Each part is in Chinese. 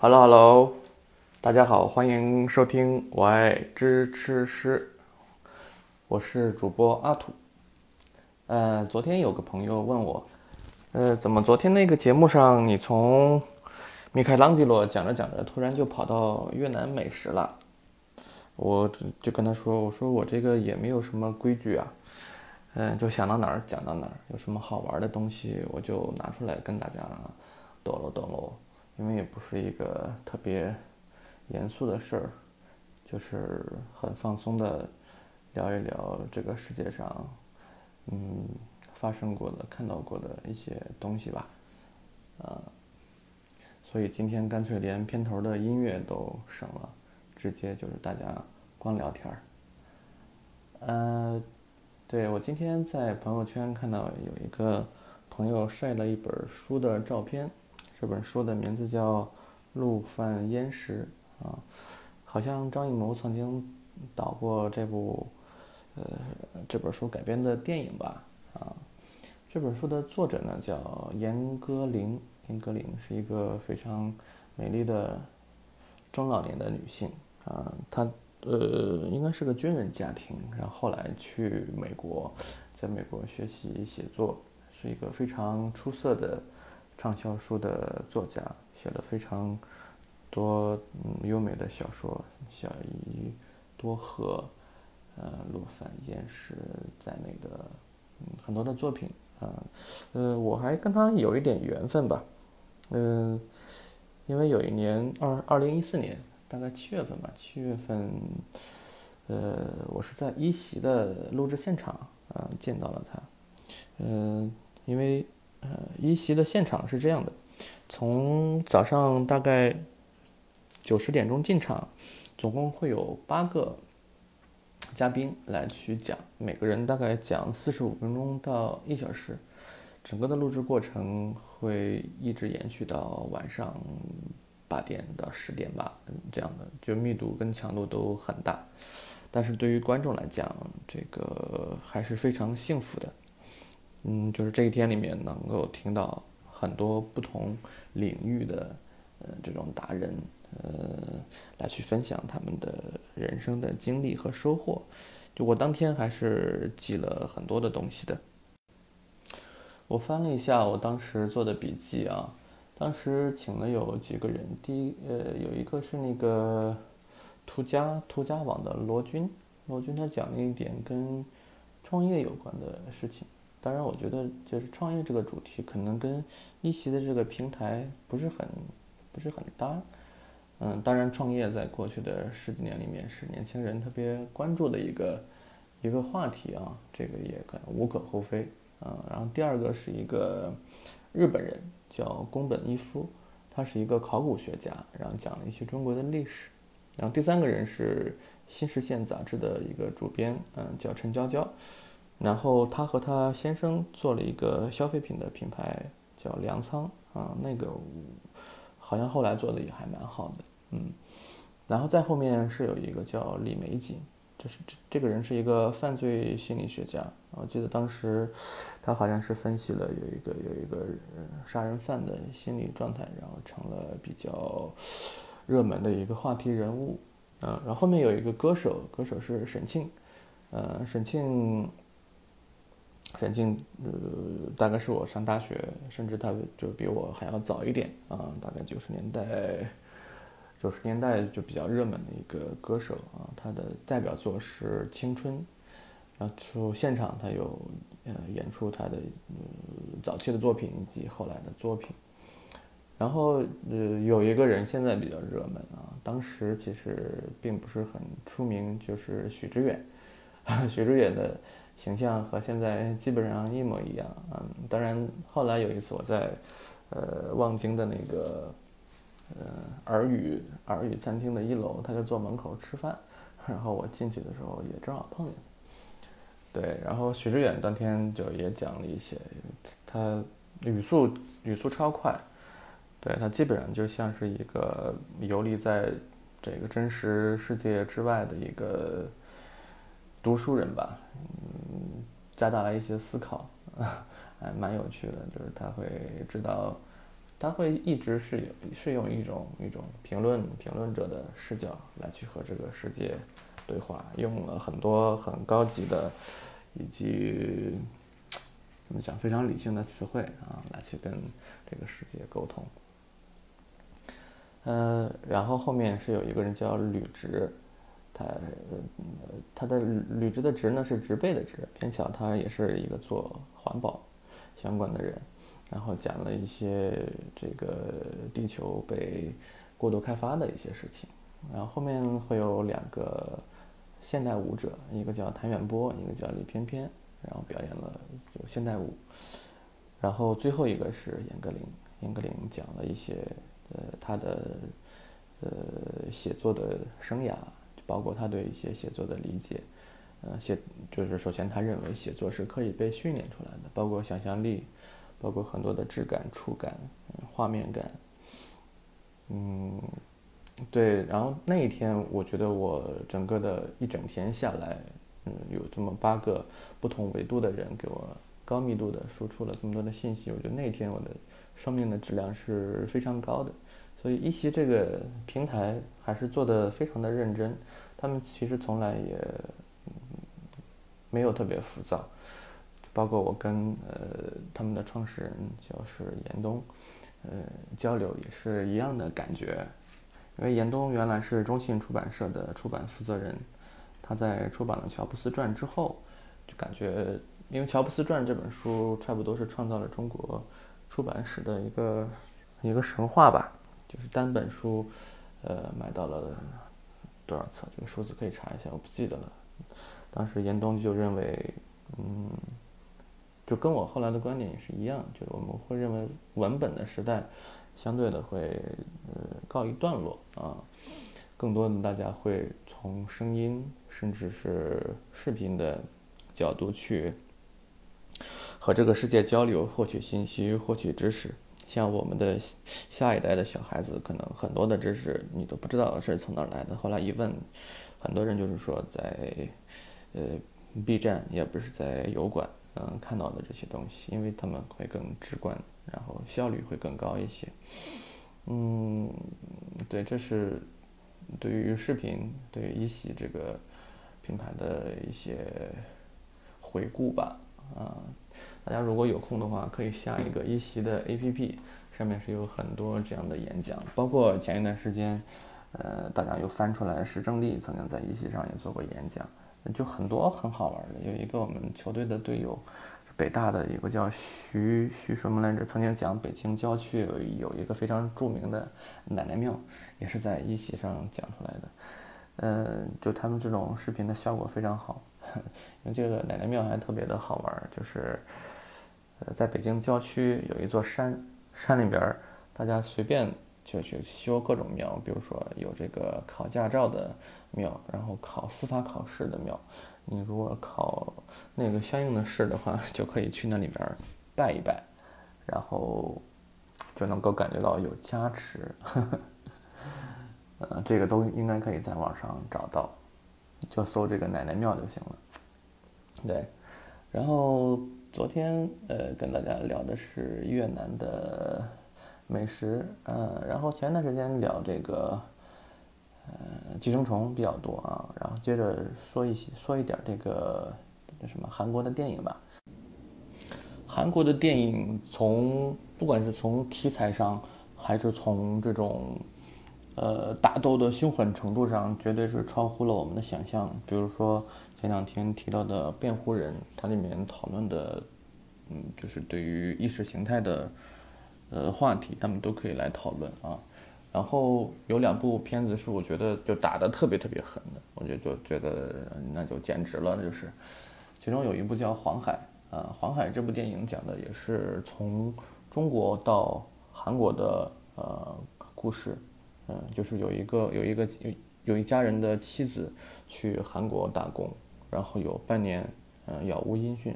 Hello，大家好，欢迎收听我爱知吃诗，我是主播阿土。昨天有个朋友问我，怎么昨天那个节目上你从米开朗基罗讲着讲着，突然就跑到越南美食了？我就跟他说，我说我这个也没有什么规矩啊，就想到哪儿讲到哪儿，有什么好玩的东西我就拿出来跟大家抖搂抖搂，因为也不是一个特别严肃的事儿，就是很放松的聊一聊这个世界上，嗯，发生过的、看到过的一些东西吧。所以今天干脆连片头的音乐都省了，直接就是大家光聊天儿。对，我今天在朋友圈看到有一个朋友晒了一本书的照片，这本书的名字叫《陆犯焉识》啊，好像张艺谋曾经导过呃这本书改编的电影吧啊。这本书的作者呢叫严歌苓，严歌苓是一个非常美丽的中老年的女性她应该是个军人家庭，然后后来去美国，在美国学习写作，是一个非常出色的畅销书的作家，写了非常多优美的小说，小姨多鹤、陆犯焉识在内的很多的作品我还跟他有一点缘分吧，嗯、因为有一年2014年，大概7月份吧，7月份，我是在一席的录制现场见到了他，因为一席的现场是这样的，从早上大概9、10点钟进场，总共会有8个嘉宾来去讲，每个人大概讲45分钟到1小时，整个的录制过程会一直延续到晚上8点到10点吧，这样的，就密度跟强度都很大。但是对于观众来讲，这个还是非常幸福的。就是这一天里面能够听到很多不同领域的这种达人，来去分享他们的人生的经历和收获。就我当天还是记了很多的东西的。我翻了一下我当时做的笔记啊，当时请了有几个人，有一个是那个途家网的罗军，罗军他讲了一点跟创业有关的事情。当然，我觉得就是创业这个主题可能跟一席的这个平台不是很搭。当然，创业在过去的十几年里面是年轻人特别关注的一个话题啊，这个也无可厚非。然后第二个是一个日本人叫宫本一夫，他是一个考古学家，然后讲了一些中国的历史。然后第三个人是新视线杂志的一个主编，叫陈娇娇。然后他和他先生做了一个消费品的品牌，叫粮仓那个好像后来做的也还蛮好的。然后在后面是有一个叫李玫瑾，这个人是一个犯罪心理学家。我记得当时他好像是分析了有一个杀人犯的心理状态，然后成了比较热门的一个话题人物。然后后面有一个歌手，歌手是沈庆，沈庆大概是我上大学，甚至他就比我还要早一点大概90年代就比较热门的一个歌手他的代表作是《青春》，然后现场他有演出他的早期的作品以及后来的作品。然后有一个人现在比较热门当时其实并不是很出名，就是许知远。许知远的形象和现在基本上一模一样。当然后来有一次我在望京的那个耳语餐厅的1楼，他就坐门口吃饭，然后我进去的时候也正好碰见。对，然后许知远当天就也讲了一些，他语速超快，对，他基本上就像是一个游离在这个真实世界之外的一个读书人吧，加大了一些思考，还蛮有趣的，就是他会知道他会一直是用一种评论者的视角来去和这个世界对话，用了很多很高级的以及怎么讲非常理性的词汇来去跟这个世界沟通。然后后面是有一个人叫吕植，他的吕植的植呢是植被的植，偏巧他也是一个做环保相关的人，然后讲了一些这个地球被过度开发的一些事情。然后后面会有2个现代舞者，一个叫谭远波，一个叫李翩翩，然后表演了就现代舞。然后最后一个是严歌苓讲了一些他的写作的生涯，包括他对一些写作的理解。就是首先他认为写作是可以被训练出来的，包括想象力，包括很多的质感、触感、画面感。对。然后那一天，我觉得我整个的一整天下来，有这么8个不同维度的人给我高密度的输出了这么多的信息，我觉得那一天我的生命的质量是非常高的。所以一席这个平台还是做得非常的认真，他们其实从来也没有特别浮躁，包括我跟他们的创始人就是严冬，交流也是一样的感觉。因为严冬原来是中信出版社的出版负责人，他在出版了《乔布斯传》之后，就感觉，因为《乔布斯传》这本书差不多是创造了中国出版史的一个神话吧，就是单本书，买到了多少册？这个数字可以查一下，我不记得了。当时严冬就认为，就跟我后来的观点也是一样，就是我们会认为文本的时代相对的会告一段落啊，更多的大家会从声音甚至是视频的角度去和这个世界交流，获取信息，获取知识。像我们的下一代的小孩子，可能很多的知识你都不知道是从哪儿来的。后来一问，很多人就是说在B 站，也不是在油管看到的这些东西，因为他们会更直观，然后效率会更高一些。对，这是对于视频，对于一席这个品牌的一些回顾吧。大家如果有空的话，可以下一个一席的 APP， 上面是有很多这样的演讲，包括前一段时间，大家又翻出来石正丽曾经在一席上也做过演讲，就很多很好玩的。有一个我们球队的队友，北大的一个叫徐什么来着，曾经讲北京郊区有一个非常著名的奶奶庙，也是在一席上讲出来的。就他们这种视频的效果非常好。因为这个奶奶庙还特别的好玩，就是在北京郊区有一座山里边大家随便就去修各种庙，比如说有这个考驾照的庙，然后考司法考试的庙。你如果考那个相应的试的话，就可以去那里边拜一拜，然后就能够感觉到有加持。这个都应该可以在网上找到，就搜这个奶奶庙就行了。对，然后昨天跟大家聊的是越南的美食，然后前段时间聊这个寄生虫比较多啊，然后接着说一点这个什么韩国的电影吧。韩国的电影不管是从题材上，还是从这种打斗的凶狠程度上，绝对是超乎了我们的想象。比如说前2天提到的辩护人，它里面讨论的就是对于意识形态的话题，他们都可以来讨论啊。然后有2部片子是我觉得就打得特别特别狠的，我就觉得那就简直了，就是其中有一部叫《黄海》黄海这部电影讲的也是从中国到韩国的故事。就是有一家人的妻子去韩国打工，然后有半年杳无音讯，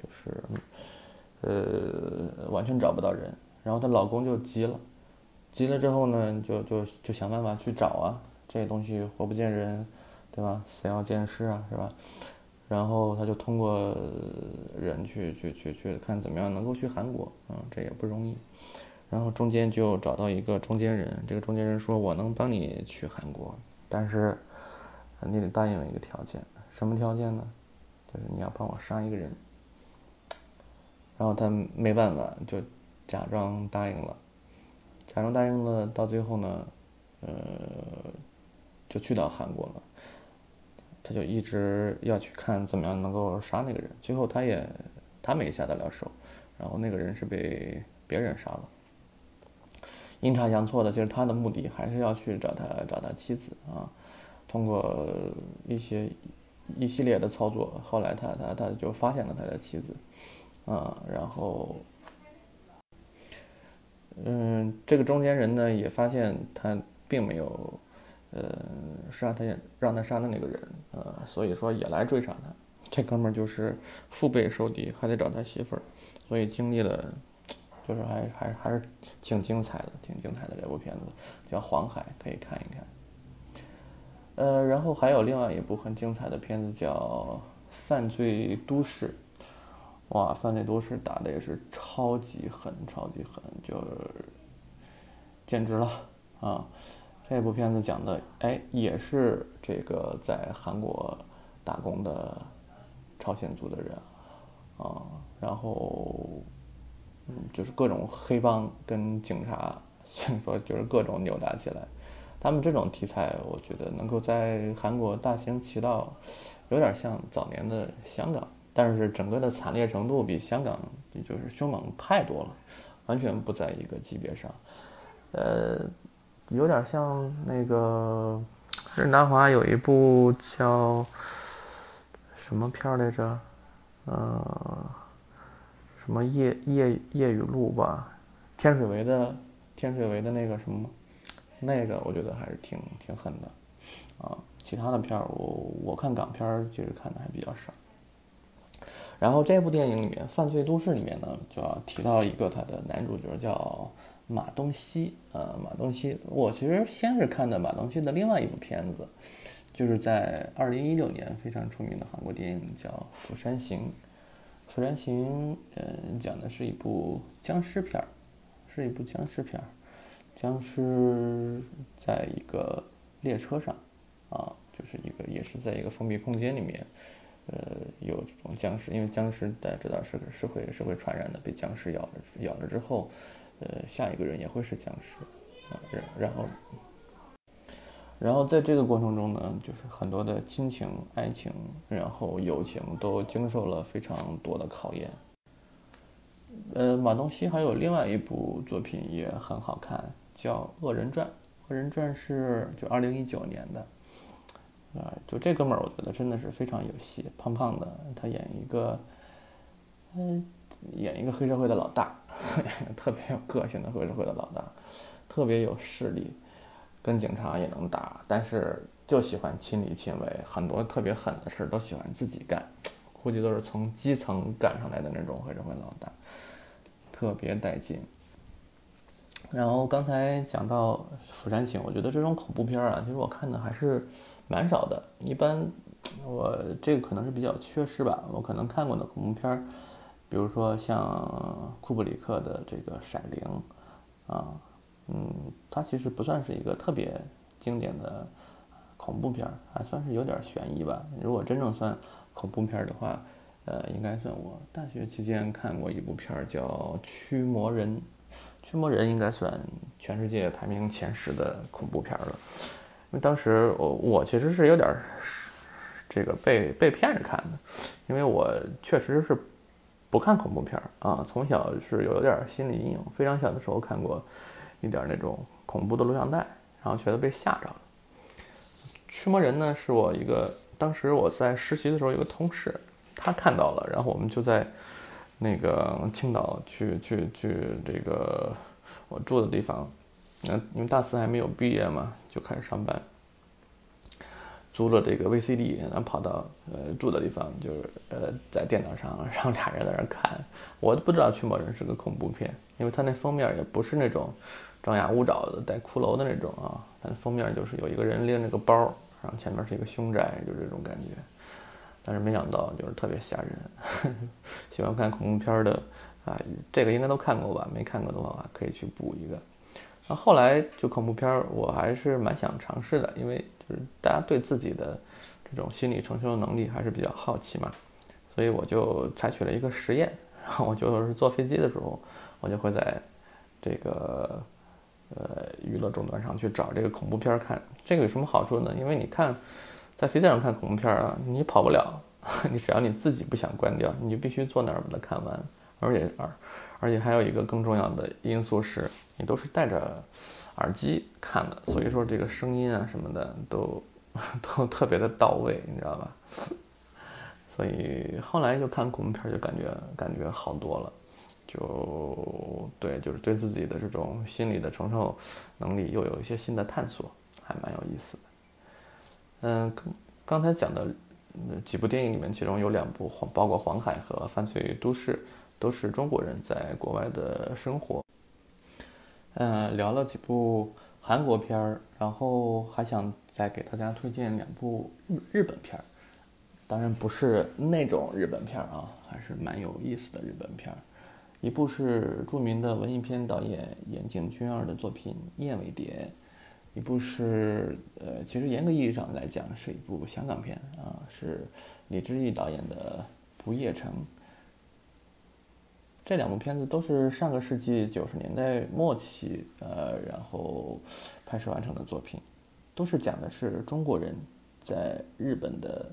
就是完全找不到人，然后她老公就急了之后呢，就想办法去找啊，这些东西活不见人，对吧？死要见尸啊，是吧？然后他就通过人去看怎么样能够去韩国，这也不容易。 然后中间就找到一个中间人，这个中间人说我能帮你去韩国，但是你得答应一个条件，什么条件呢？就是你要帮我杀一个人。然后他没办法，就假装答应了，到最后呢，就去到韩国了。他就一直要去看怎么样能够杀那个人，最后他没下得了手，然后那个人是被别人杀了。阴差阳错的，其实他的目的还是要去找他妻子啊。通过一系列的操作，后来他就发现了他的妻子啊，然后这个中间人呢也发现他并没有让他杀的那个人，所以说也来追杀他。这哥们儿就是腹背受敌，还得找他媳妇儿，所以经历了，就是还是挺精彩的这部片子叫《黄海》，可以看一看。然后还有另外一部很精彩的片子叫《犯罪都市》。哇，《犯罪都市》打的也是超级狠，就是简直了啊！这部片子讲的，也是这个在韩国打工的朝鲜族的人啊，然后就是各种黑帮跟警察，所以说就是各种扭打起来。他们这种题材，我觉得能够在韩国大行其道，有点像早年的香港，但是整个的惨烈程度比香港就是凶猛太多了，完全不在一个级别上。有点像那个任达华有一部叫什么片来着？什么夜雨露吧，天水围的那个什么，那个我觉得还是挺狠的啊。其他的片儿我看港片儿其实看的还比较少。然后这部电影里面《犯罪都市》里面呢，就要提到一个他的男主角叫马东锡马东锡，我其实先是看的马东锡的另外一部片子，就是在2016年非常出名的韩国电影叫《釜山行》。《釜山行》讲的是一部僵尸片，僵尸在一个列车上就是也是在一个封闭空间里面，有这种僵尸，因为僵尸大家知道是会传染的，被僵尸咬了之后，下一个人也会是僵尸然后在这个过程中呢，就是很多的亲情、爱情，然后友情都经受了非常多的考验。马东锡还有另外一部作品也很好看，叫《恶人传》。《恶人传》是就2019年的，就这哥们儿，我觉得真的是非常有戏，胖胖的，他演一个黑社会的老大，特别有个性的黑社会的老大，特别有势力，跟警察也能打，但是就喜欢亲力亲为，很多特别狠的事都喜欢自己干，估计都是从基层干上来的那种黑社会老大，特别带劲。然后刚才讲到《釜山行》，我觉得这种恐怖片其实我看的还是蛮少的。一般我这个可能是比较缺失吧，我可能看过的恐怖片，比如说像库布里克的这个《闪灵》它其实不算是一个特别经典的恐怖片，还算是有点悬疑吧。如果真正算恐怖片的话，应该算我大学期间看过一部片叫《驱魔人》。《驱魔人》应该算全世界排名前10的恐怖片了，因为当时我其实是有点这个被骗着看的，因为我确实是不看恐怖片从小是有点心理阴影，非常小的时候看过一点那种恐怖的录像带，然后觉得被吓着了。驱魔人呢，是当时我在实习的时候有个同事，他看到了，然后我们就在那个青岛去这个我住的地方，因为大4还没有毕业嘛，就开始上班，租了这个 VCD， 然后跑到住的地方，就是在电脑上让俩人在那看。我都不知道《驱魔人》是个恐怖片，因为它那封面也不是那种张牙舞爪的带骷髅的那种它封面就是有一个人拎着个包，然后前面是一个凶宅，就这种感觉。但是没想到就是特别吓人，喜欢看恐怖片的啊，这个应该都看过吧？没看过的话，可以去补一个。然后后来就恐怖片儿，我还是蛮想尝试的，因为就是大家对自己的这种心理承受能力还是比较好奇嘛，所以我就采取了一个实验，然后我就是坐飞机的时候，我就会在这个娱乐终端上去找这个恐怖片看。这个有什么好处呢？因为你看在飞机上看恐怖片啊，你跑不了，你只要你自己不想关掉，你就必须坐那儿把它看完。而且还有一个更重要的因素是，你都是戴着耳机看的，所以说这个声音啊什么的都特别的到位，你知道吧？所以后来就看恐怖片就感觉好多了，就是对自己的这种心理的承受能力又有一些新的探索，还蛮有意思的。刚才讲的几部电影里面，其中有2部包括《黄海》和《犯罪都市》，都是中国人在国外的生活。聊了几部韩国片儿，然后还想再给大家推荐2部日本片儿。当然不是那种日本片儿啊，还是蛮有意思的日本片儿。一部是著名的文艺片导演岩井俊二的作品《燕尾蝶》，一部是其实严格意义上来讲是一部香港片啊，是李志毅导演的《不夜城》。这2部片子都是上个世纪90年代末期然后拍摄完成的作品，都是讲的是中国人在日本的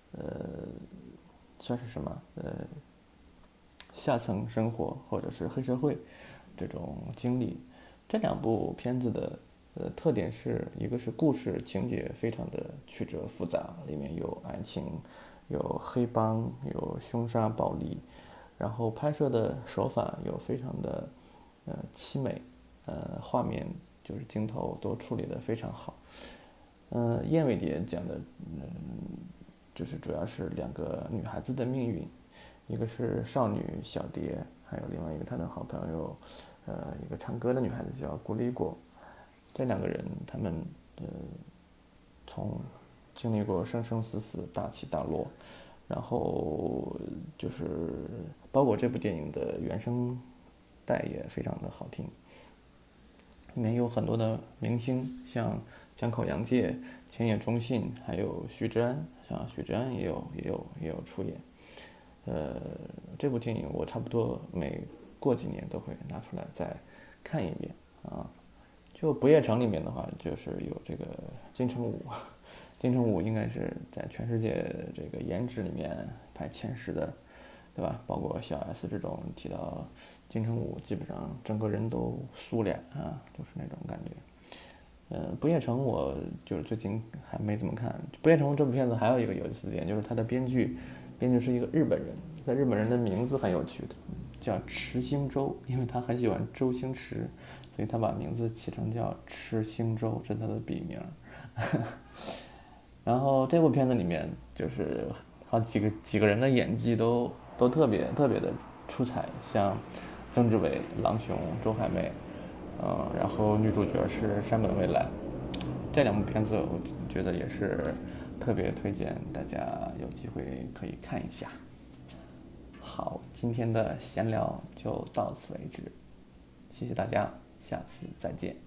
算是什么下层生活或者是黑社会这种经历。这2部片子的特点是一个是故事情节非常的曲折复杂，里面有爱情，有黑帮，有凶杀暴力，然后拍摄的手法又非常的凄美，画面就是镜头都处理得非常好。燕尾蝶讲的就是主要是2个女孩子的命运，一个是少女小蝶，还有另外一个她的好朋友，一个唱歌的女孩子叫古力果。这2个人，他们从经历过生生死死、大起大落，然后就是包括这部电影的原声带也非常的好听，里面有很多的明星，像江口洋介、千叶忠信，还有徐志安，像徐志安也有出演。这部电影我差不多每过几年都会拿出来再看一遍啊。就《不夜城》里面的话，就是有这个金城武，金城武应该是在全世界这个颜值里面排前10的，对吧？包括小 S 这种，提到金城武，基本上整个人都苏脸啊，就是那种感觉。不夜城我就是最近还没怎么看。不夜城这部片子还有一个有意思的点，就是它的编剧是一个日本人，那日本人的名字很有趣的，叫池星周，因为他很喜欢周星驰，所以他把名字起成叫池星周，这是他的笔名。然后这部片子里面就是好几个人的演技都特别的出彩，像曾志伟、郎雄、周海媚，然后女主角是山本未来。这2部片子我觉得也是特别推荐大家有机会可以看一下。好，今天的闲聊就到此为止，谢谢大家，下次再见。